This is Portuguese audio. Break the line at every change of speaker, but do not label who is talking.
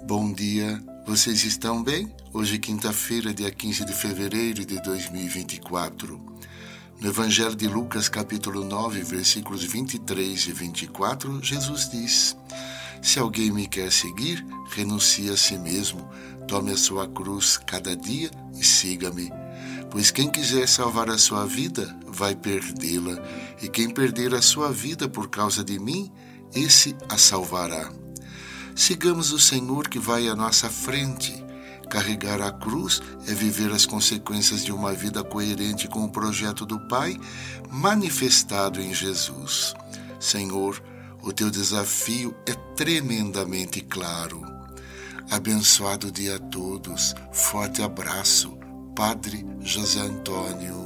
Bom dia, vocês estão bem? Hoje é quinta-feira, dia 15 de fevereiro de 2024. No Evangelho de Lucas, capítulo 9, versículos 23 e 24, Jesus diz: Se alguém me quer seguir, renuncie a si mesmo, tome a sua cruz cada dia e siga-me. Pois quem quiser salvar a sua vida, vai perdê-la, e quem perder a sua vida por causa de mim, esse a salvará. Sigamos o Senhor que vai à nossa frente. Carregar a cruz é viver as consequências de uma vida coerente com o projeto do Pai, manifestado em Jesus. Senhor, o teu desafio é tremendamente claro. Abençoado dia a todos. Forte abraço. Padre José Antônio.